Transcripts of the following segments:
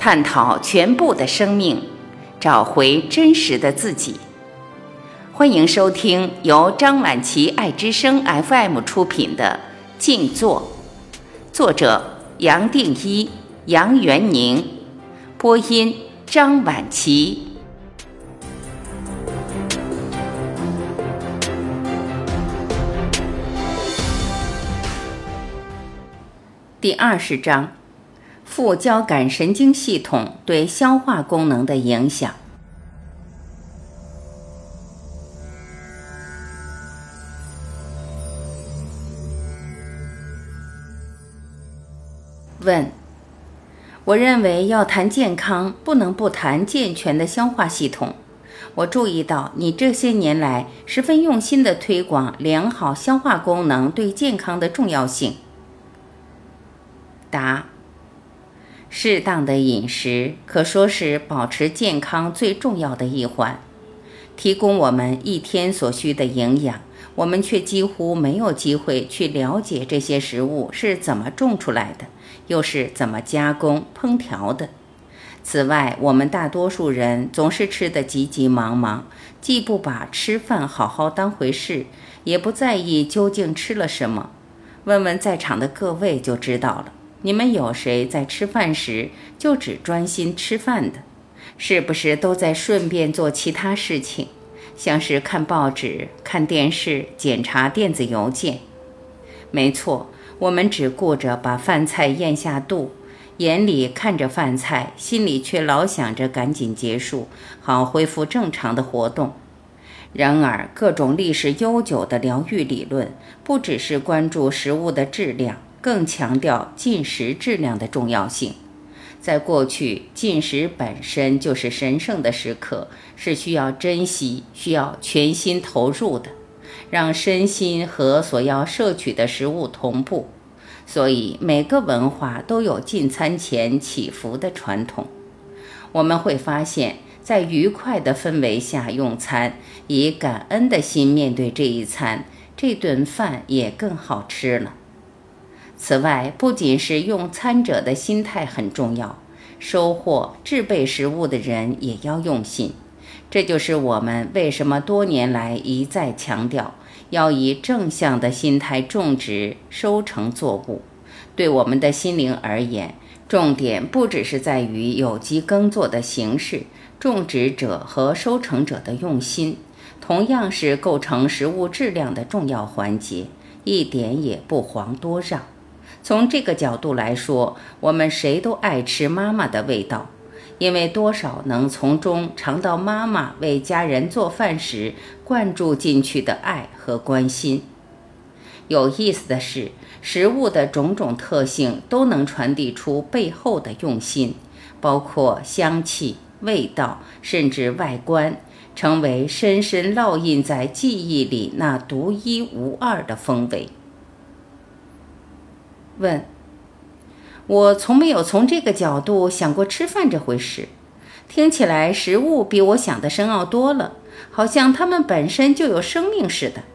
探讨全部的生命，找回真实的自己。欢迎收听由张晚琪爱之声 FM 出品的静坐，作者杨定一、杨元宁，播音张晚琪。第20章，副交感神经系统对消化功能的影响。问：我认为要谈健康，不能不谈健全的消化系统。我注意到你这些年来十分用心地推广良好消化功能对健康的重要性。答：适当的饮食可说是保持健康最重要的一环，提供我们一天所需的营养，我们却几乎没有机会去了解这些食物是怎么种出来的，又是怎么加工烹调的。此外，我们大多数人总是吃得急急忙忙，既不把吃饭好好当回事，也不在意究竟吃了什么。问问在场的各位就知道了，你们有谁在吃饭时就只专心吃饭的？是不是都在顺便做其他事情，像是看报纸、看电视、检查电子邮件？没错，我们只顾着把饭菜咽下肚，眼里看着饭菜，心里却老想着赶紧结束，好恢复正常的活动。然而，各种历史悠久的疗愈理论，不只是关注食物的质量，更强调进食质量的重要性。在过去，进食本身就是神圣的时刻，是需要珍惜、需要全心投入的，让身心和所要摄取的食物同步。所以每个文化都有进餐前祈福的传统。我们会发现，在愉快的氛围下用餐，以感恩的心面对这一餐，这顿饭也更好吃了。此外，不仅是用餐者的心态很重要，收获制备食物的人也要用心。这就是我们为什么多年来一再强调，要以正向的心态种植、收成作物。对我们的心灵而言，重点不只是在于有机耕作的形式，种植者和收成者的用心，同样是构成食物质量的重要环节，一点也不遑多让。从这个角度来说，我们谁都爱吃妈妈的味道，因为多少能从中尝到妈妈为家人做饭时灌注进去的爱和关心。有意思的是，食物的种种特性都能传递出背后的用心，包括香气、味道，甚至外观，成为深深烙印在记忆里那独一无二的风味。问：我从没有从这个角度想过吃饭这回事，听起来食物比我想的深奥多了，好像它们本身就有生命似的。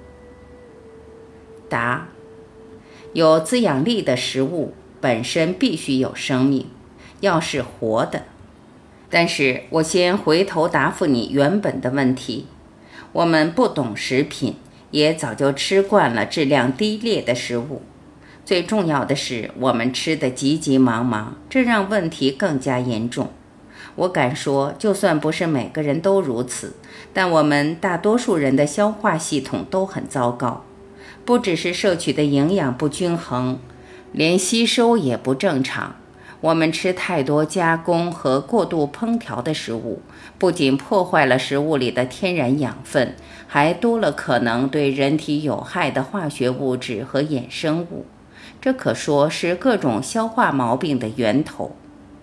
答：有滋养力的食物本身必须有生命，要是活的。但是我先回头答复你原本的问题，我们不懂食品，也早就吃惯了质量低劣的食物。最重要的是，我们吃得急急忙忙，这让问题更加严重。我敢说，就算不是每个人都如此，但我们大多数人的消化系统都很糟糕，不只是摄取的营养不均衡，连吸收也不正常。我们吃太多加工和过度烹调的食物，不仅破坏了食物里的天然养分，还多了可能对人体有害的化学物质和衍生物。这可说是各种消化毛病的源头。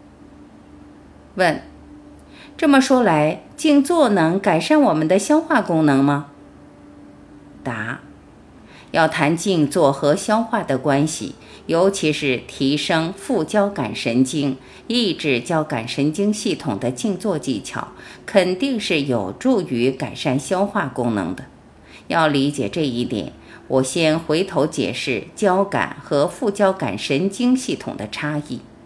问：这么说来，静坐能改善我们的消化功能吗？答：要谈静坐和消化的关系，尤其是提升副交感神经、抑制交感神经系统的静坐技巧，肯定是有助于改善消化功能的。要理解这一点，我先回头解释交感和副交感神经系统的差异。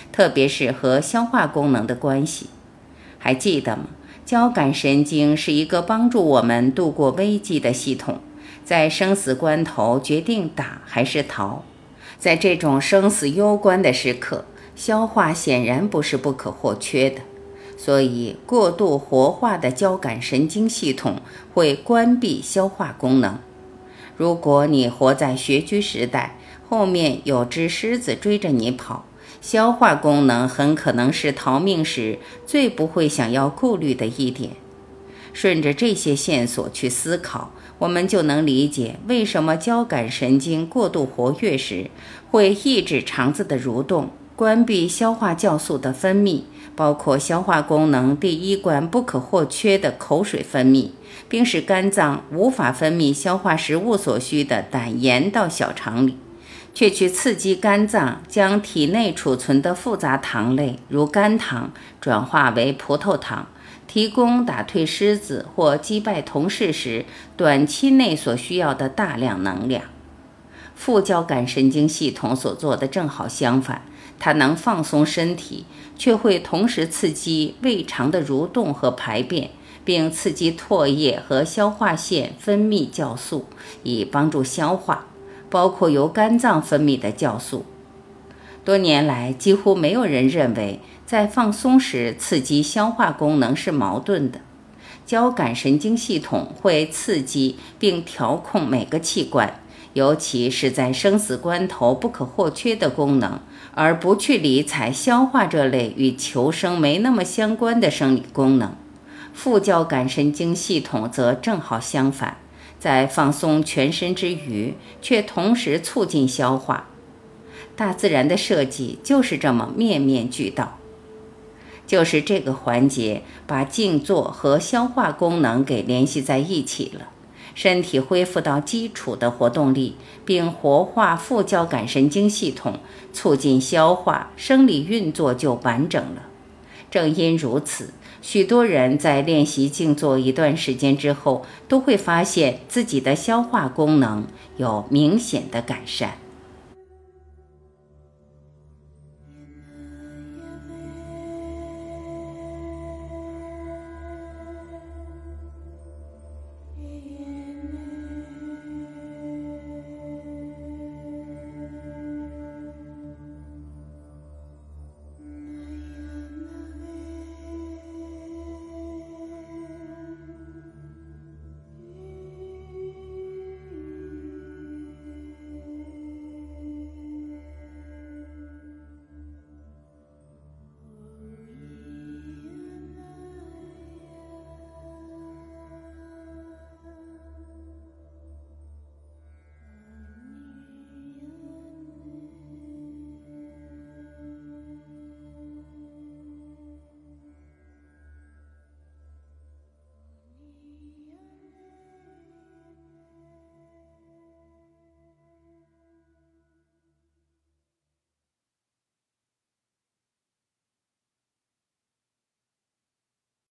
特别是和消化功能的关系。还记得吗？交感神经是一个帮助我们度过危机的系统，在生死关头决定打还是逃。在这种生死攸关的时刻，消化显然不是不可或缺的。所以，过度活化的交感神经系统会关闭消化功能。如果你活在穴居时代，后面有只狮子追着你跑，消化功能很可能是逃命时最不会想要顾虑的一点。顺着这些线索去思考，我们就能理解为什么交感神经过度活跃时会抑制肠子的蠕动，关闭消化酵素的分泌，包括消化功能第一关不可或缺的口水分泌，并使肝脏无法分泌消化食物所需的胆盐到小肠里，却去刺激肝脏将体内储存的复杂糖类如甘糖转化为葡萄糖，提供打退狮子或击败同事时短期内所需要的大量能量。副交感神经系统所做的正好相反，它能放松身体，却会同时刺激胃肠的蠕动和排便，并刺激唾液和消化腺分泌酵素，以帮助消化，包括由肝脏分泌的酵素。多年来，几乎没有人认为在放松时刺激消化功能是矛盾的。交感神经系统会刺激并调控每个器官，尤其是在生死关头不可或缺的功能，而不去理睬消化这类与求生没那么相关的生理功能。副交感神经系统则正好相反，在放松全身之余，却同时促进消化。大自然的设计就是这么面面俱到。就是这个环节把静坐和消化功能给联系在一起了，身体恢复到基础的活动力，并活化副交感神经系统，促进消化，生理运作就完整了。正因如此，许多人在练习静坐一段时间之后，都会发现自己的消化功能有明显的改善。